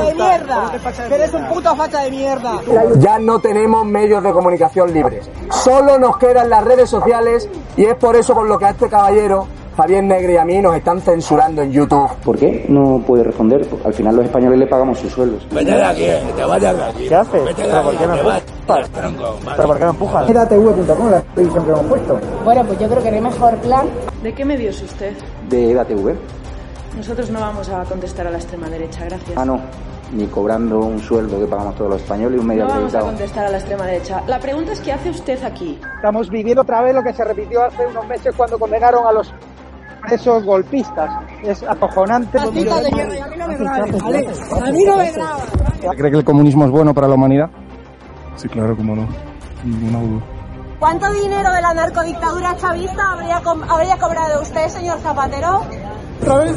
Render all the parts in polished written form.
de mierda. Que eres un puto facha de mierda. Ya no tenemos medios de comunicación libres. Solo nos quedan las redes sociales y es por eso por lo que a este caballero, Javier Negre, y a mí nos están censurando en YouTube. ¿Por qué no puede responder? Al final los españoles le pagamos sus sueldos. Vete de aquí, que te vayas de aquí. ¿Qué haces? ¿Pero por qué me empujas? ¿Pero por qué me empujas? EDATV.com, la televisión que hemos puesto. Bueno, pues yo creo que no hay mejor plan. ¿De qué medio es usted? ¿De EDATV? Nosotros no vamos a contestar a la extrema derecha, gracias. Ah, no. Ni cobrando un sueldo que pagamos todos los españoles y un medio No vamos a acreditado. contestar a la extrema derecha. La pregunta es ¿qué hace usted aquí? Estamos viviendo otra vez lo que se repitió hace unos meses cuando condenaron a los presos golpistas. Es acojonante. A mí no me grabes, ¿vale? A mí no me grabes. ¿Cree que el comunismo es bueno para la humanidad? Sí, claro, cómo no. Ninguna duda. ¿Cuánto dinero de la narcodictadura chavista habría cobrado usted, señor Zapatero? ¿Otra vez?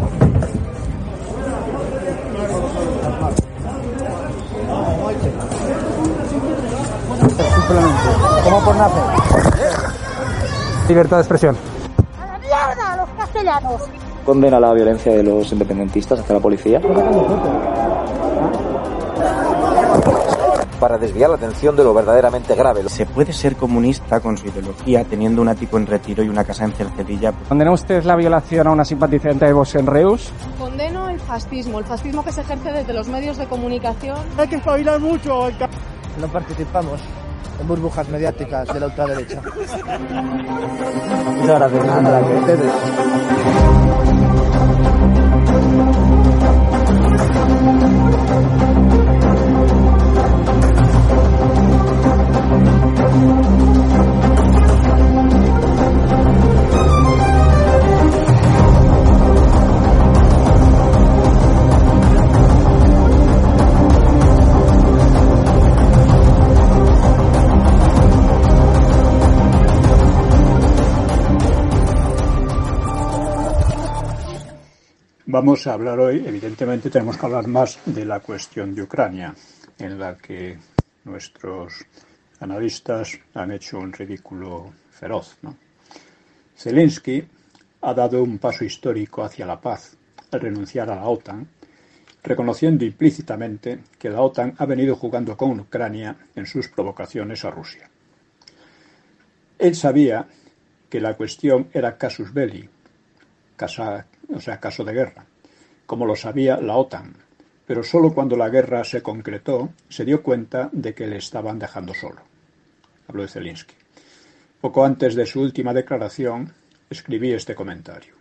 Simplemente, como por nacer. Libertad de expresión. ¡A la mierda, los castellanos! Condena la violencia de los independentistas hacia la policía. Para desviar la atención de lo verdaderamente grave. ¿Se puede ser comunista con su ideología teniendo un ático en Retiro y una casa en Cercedilla? ¿Condena usted la violación a una simpatizante de Vox en Reus? Condeno el fascismo que se ejerce desde los medios de comunicación. Hay que espabilar mucho. No participamos en burbujas mediáticas de la ultraderecha. Muchas gracias. Nada, que ustedes. Vamos a hablar hoy, evidentemente tenemos que hablar más de la cuestión de Ucrania, en la que nuestros analistas han hecho un ridículo feroz, ¿no? Zelensky ha dado un paso histórico hacia la paz al renunciar a la OTAN, reconociendo implícitamente que la OTAN ha venido jugando con Ucrania en sus provocaciones a Rusia. Él sabía que la cuestión era casus belli, caso de guerra, como lo sabía la OTAN, pero solo cuando la guerra se concretó se dio cuenta de que le estaban dejando solo. Hablo de Zelensky. Poco antes de su última declaración escribí este comentario.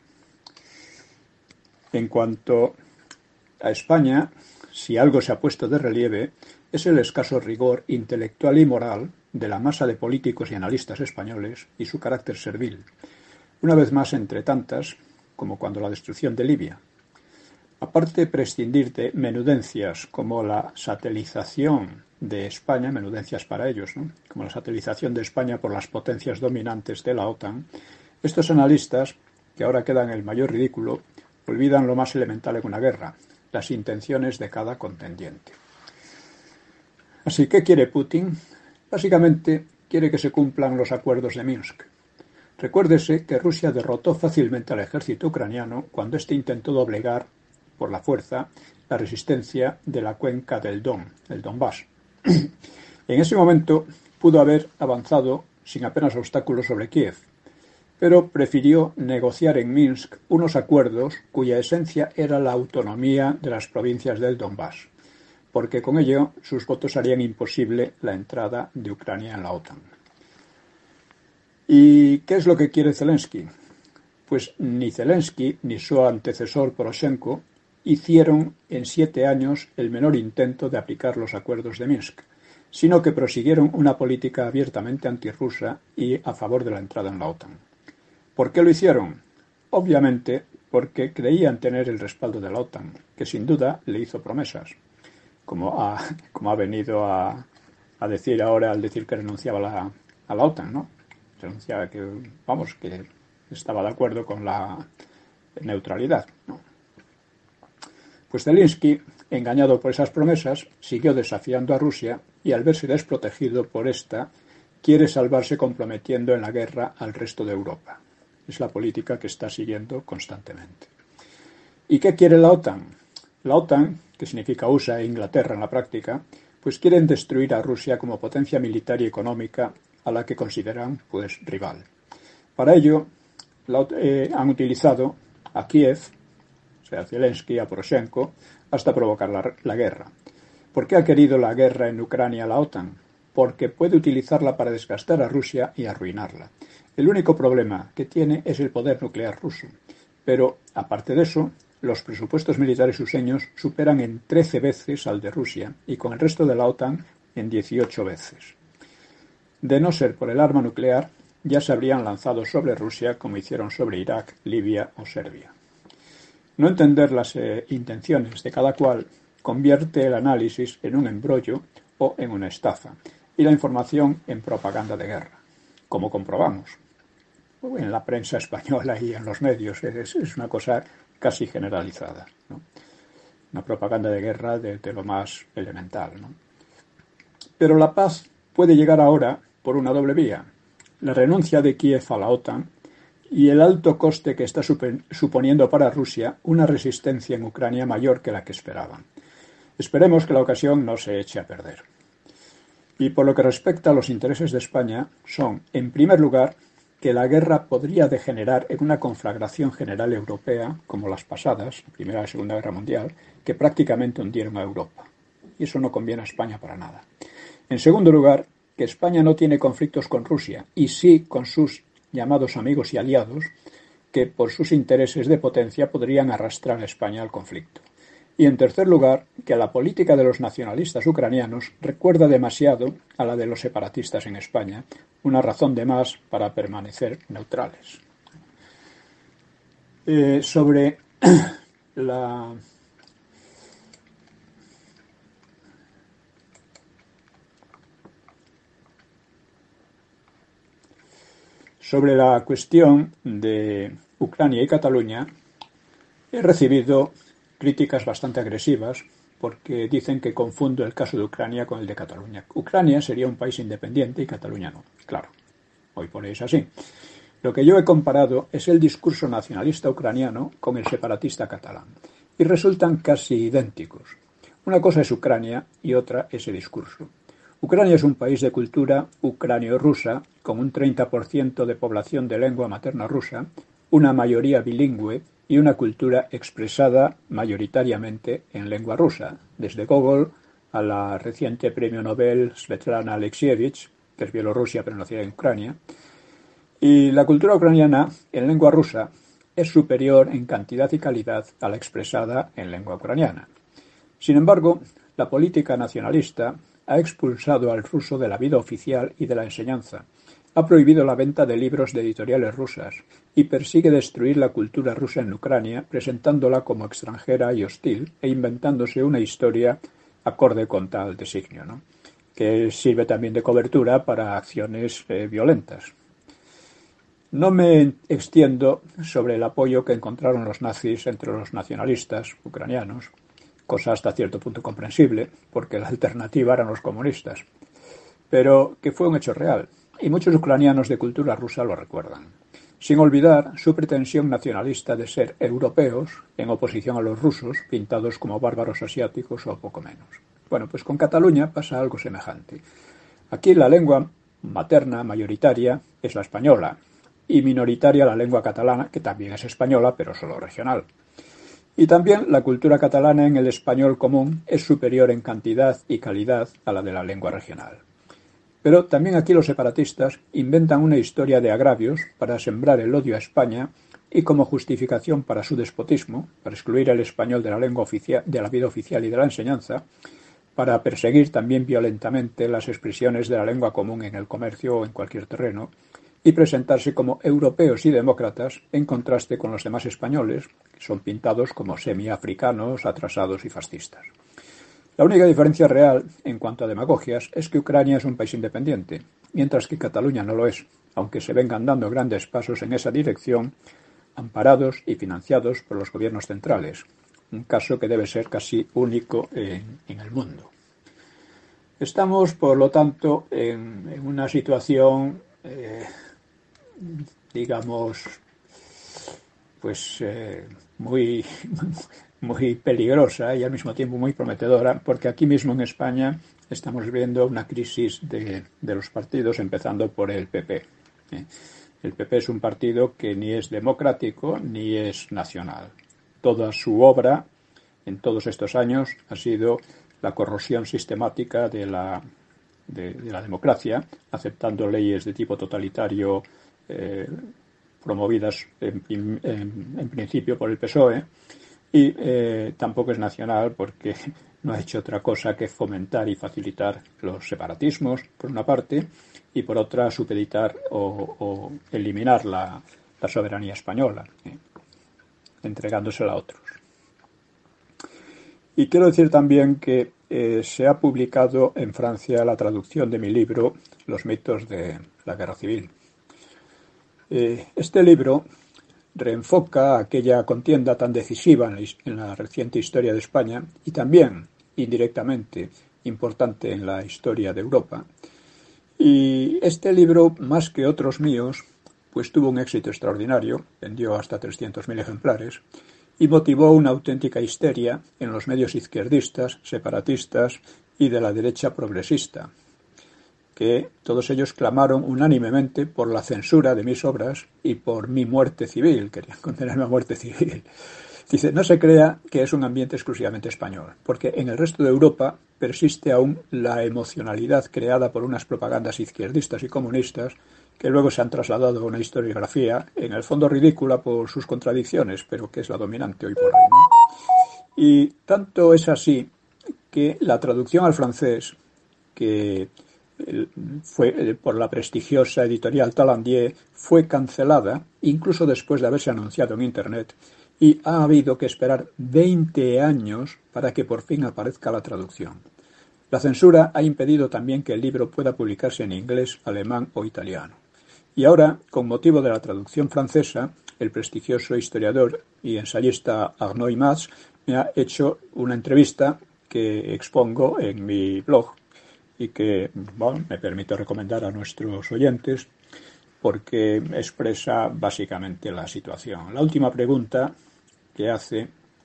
En cuanto a España, si algo se ha puesto de relieve es el escaso rigor intelectual y moral de la masa de políticos y analistas españoles y su carácter servil, una vez más entre tantas, como cuando la destrucción de Libia. Aparte de prescindir de menudencias como la satelización de España, menudencias para ellos, ¿no?, como la satelización de España por las potencias dominantes de la OTAN, estos analistas, que ahora quedan en el mayor ridículo, olvidan lo más elemental en una guerra, las intenciones de cada contendiente. Así, ¿qué quiere Putin? Básicamente, quiere que se cumplan los acuerdos de Minsk. Recuérdese que Rusia derrotó fácilmente al ejército ucraniano cuando éste intentó doblegar por la fuerza la resistencia de la cuenca del Don, el Donbass. En ese momento pudo haber avanzado sin apenas obstáculos sobre Kiev, pero prefirió negociar en Minsk unos acuerdos cuya esencia era la autonomía de las provincias del Donbass, porque con ello sus votos harían imposible la entrada de Ucrania en la OTAN. ¿Y qué es lo que quiere Zelensky? Pues ni Zelensky ni su antecesor Poroshenko hicieron en 7 años el menor intento de aplicar los acuerdos de Minsk, sino que prosiguieron una política abiertamente antirrusa y a favor de la entrada en la OTAN. ¿Por qué lo hicieron? Obviamente porque creían tener el respaldo de la OTAN, que sin duda le hizo promesas, como ha venido a decir ahora al decir que renunciaba a la OTAN, ¿no? Renunciaba que estaba de acuerdo con la neutralidad, ¿no? Pues Zelensky, engañado por esas promesas, siguió desafiando a Rusia y al verse desprotegido por esta, quiere salvarse comprometiendo en la guerra al resto de Europa. Es la política que está siguiendo constantemente. ¿Y qué quiere la OTAN? La OTAN, que significa USA e Inglaterra en la práctica, pues quieren destruir a Rusia como potencia militar y económica a la que consideran pues rival. Para ello han utilizado a Kiev, o sea, a Zelensky, a Poroshenko, hasta provocar la guerra. ¿Por qué ha querido la guerra en Ucrania la OTAN? Porque puede utilizarla para desgastar a Rusia y arruinarla. El único problema que tiene es el poder nuclear ruso. Pero, aparte de eso, los presupuestos militares ruseños superan en 13 veces al de Rusia y con el resto de la OTAN en 18 veces. De no ser por el arma nuclear, ya se habrían lanzado sobre Rusia como hicieron sobre Irak, Libia o Serbia. No entender las intenciones de cada cual convierte el análisis en un embrollo o en una estafa y la información en propaganda de guerra, como comprobamos en la prensa española y en los medios. Es una cosa casi generalizada, ¿no? Una propaganda de guerra de lo más elemental, ¿no? Pero la paz puede llegar ahora por una doble vía: la renuncia de Kiev a la OTAN y el alto coste que está suponiendo para Rusia una resistencia en Ucrania mayor que la que esperaban. Esperemos que la ocasión no se eche a perder. Y por lo que respecta a los intereses de España, son, en primer lugar, que la guerra podría degenerar en una conflagración general europea, como las pasadas, la Primera y Segunda Guerra Mundial, que prácticamente hundieron a Europa. Y eso no conviene a España para nada. En segundo lugar, que España no tiene conflictos con Rusia, y sí con sus llamados amigos y aliados, que por sus intereses de potencia podrían arrastrar a España al conflicto. Y en tercer lugar, que la política de los nacionalistas ucranianos recuerda demasiado a la de los separatistas en España, una razón de más para permanecer neutrales. Sobre la cuestión de Ucrania y Cataluña, he recibido críticas bastante agresivas porque dicen que confundo el caso de Ucrania con el de Cataluña. Ucrania sería un país independiente y Cataluña no. Claro, hoy ponéis así. Lo que yo he comparado es el discurso nacionalista ucraniano con el separatista catalán y resultan casi idénticos. Una cosa es Ucrania y otra ese discurso. Ucrania es un país de cultura ucranio-rusa con un 30% de población de lengua materna rusa, una mayoría bilingüe y una cultura expresada mayoritariamente en lengua rusa, desde Gogol a la reciente premio Nobel Svetlana Alexievich, que es Bielorrusia pero nacida en Ucrania. Y la cultura ucraniana en lengua rusa es superior en cantidad y calidad a la expresada en lengua ucraniana. Sin embargo, la política nacionalista ha expulsado al ruso de la vida oficial y de la enseñanza, ha prohibido la venta de libros de editoriales rusas y persigue destruir la cultura rusa en Ucrania, presentándola como extranjera y hostil e inventándose una historia acorde con tal designio, ¿no? Que sirve también de cobertura para acciones violentas. No me extiendo sobre el apoyo que encontraron los nazis entre los nacionalistas ucranianos, cosa hasta cierto punto comprensible, porque la alternativa eran los comunistas, pero que fue un hecho real, y muchos ucranianos de cultura rusa lo recuerdan, sin olvidar su pretensión nacionalista de ser europeos en oposición a los rusos, pintados como bárbaros asiáticos o poco menos. Bueno, pues con Cataluña pasa algo semejante. Aquí la lengua materna mayoritaria es la española, y minoritaria la lengua catalana, que también es española, pero solo regional. Y también la cultura catalana en el español común es superior en cantidad y calidad a la de la lengua regional. Pero también aquí los separatistas inventan una historia de agravios para sembrar el odio a España y como justificación para su despotismo, para excluir el español de la lengua oficial, de la vida oficial y de la enseñanza, para perseguir también violentamente las expresiones de la lengua común en el comercio o en cualquier terreno, y presentarse como europeos y demócratas en contraste con los demás españoles, que son pintados como semiafricanos, atrasados y fascistas. La única diferencia real en cuanto a demagogias es que Ucrania es un país independiente, mientras que Cataluña no lo es, aunque se vengan dando grandes pasos en esa dirección, amparados y financiados por los gobiernos centrales, un caso que debe ser casi único en el mundo. Estamos, por lo tanto, en una situación digamos, pues muy muy peligrosa y al mismo tiempo muy prometedora, porque aquí mismo en España estamos viendo una crisis de los partidos, empezando por el PP. El PP es un partido que ni es democrático ni es nacional. Toda su obra en todos estos años ha sido la corrosión sistemática de la democracia, aceptando leyes de tipo totalitario promovidas en principio por el PSOE, y tampoco es nacional porque no ha hecho otra cosa que fomentar y facilitar los separatismos, por una parte, y por otra supeditar o eliminar la soberanía española, entregándosela a otros. Y quiero decir también que se ha publicado en Francia la traducción de mi libro Los mitos de la guerra civil. Este libro reenfoca aquella contienda tan decisiva en la reciente historia de España y también, indirectamente, importante en la historia de Europa. Y este libro, más que otros míos, pues tuvo un éxito extraordinario, vendió hasta 300.000 ejemplares, y motivó una auténtica histeria en los medios izquierdistas, separatistas y de la derecha progresista, que todos ellos clamaron unánimemente por la censura de mis obras y por mi muerte civil, querían condenarme a muerte civil. Dice, no se crea que es un ambiente exclusivamente español, porque en el resto de Europa persiste aún la emocionalidad creada por unas propagandas izquierdistas y comunistas que luego se han trasladado a una historiografía, en el fondo ridícula por sus contradicciones, pero que es la dominante hoy por hoy, ¿no? Y tanto es así que la traducción al francés, que fue por la prestigiosa editorial Talandier, fue cancelada, incluso después de haberse anunciado en Internet, y ha habido que esperar 20 años para que por fin aparezca la traducción. La censura ha impedido también que el libro pueda publicarse en inglés, alemán o italiano. Y ahora, con motivo de la traducción francesa, el prestigioso historiador y ensayista Arnaud Imaz me ha hecho una entrevista que expongo en mi blog y que me permito recomendar a nuestros oyentes porque expresa básicamente la situación. La última pregunta que hace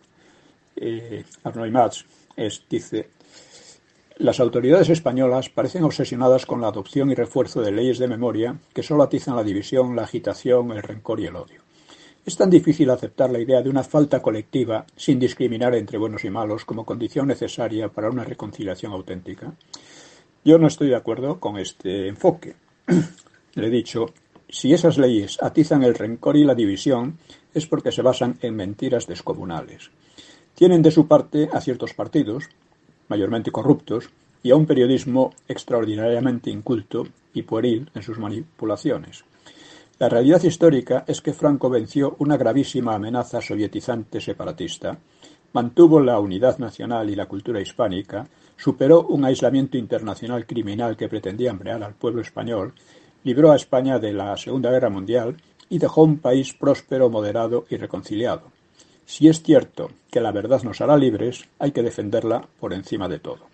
Arnaud Imaz dice: las autoridades españolas parecen obsesionadas con la adopción y refuerzo de leyes de memoria que solo atizan la división, la agitación, el rencor y el odio. Es tan difícil aceptar la idea de una falta colectiva sin discriminar entre buenos y malos como condición necesaria para una reconciliación auténtica. Yo no estoy de acuerdo con este enfoque. Le he dicho, si esas leyes atizan el rencor y la división es porque se basan en mentiras descomunales. Tienen de su parte a ciertos partidos, mayormente corruptos, y a un periodismo extraordinariamente inculto y pueril en sus manipulaciones. La realidad histórica es que Franco venció una gravísima amenaza sovietizante separatista, mantuvo la unidad nacional y la cultura hispánica, superó un aislamiento internacional criminal que pretendía hambrear al pueblo español, libró a España de la Segunda Guerra Mundial y dejó un país próspero, moderado y reconciliado. Si es cierto que la verdad nos hará libres, hay que defenderla por encima de todo.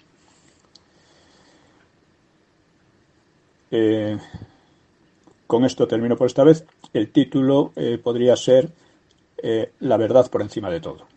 Con esto termino por esta vez. El título podría ser La verdad por encima de todo.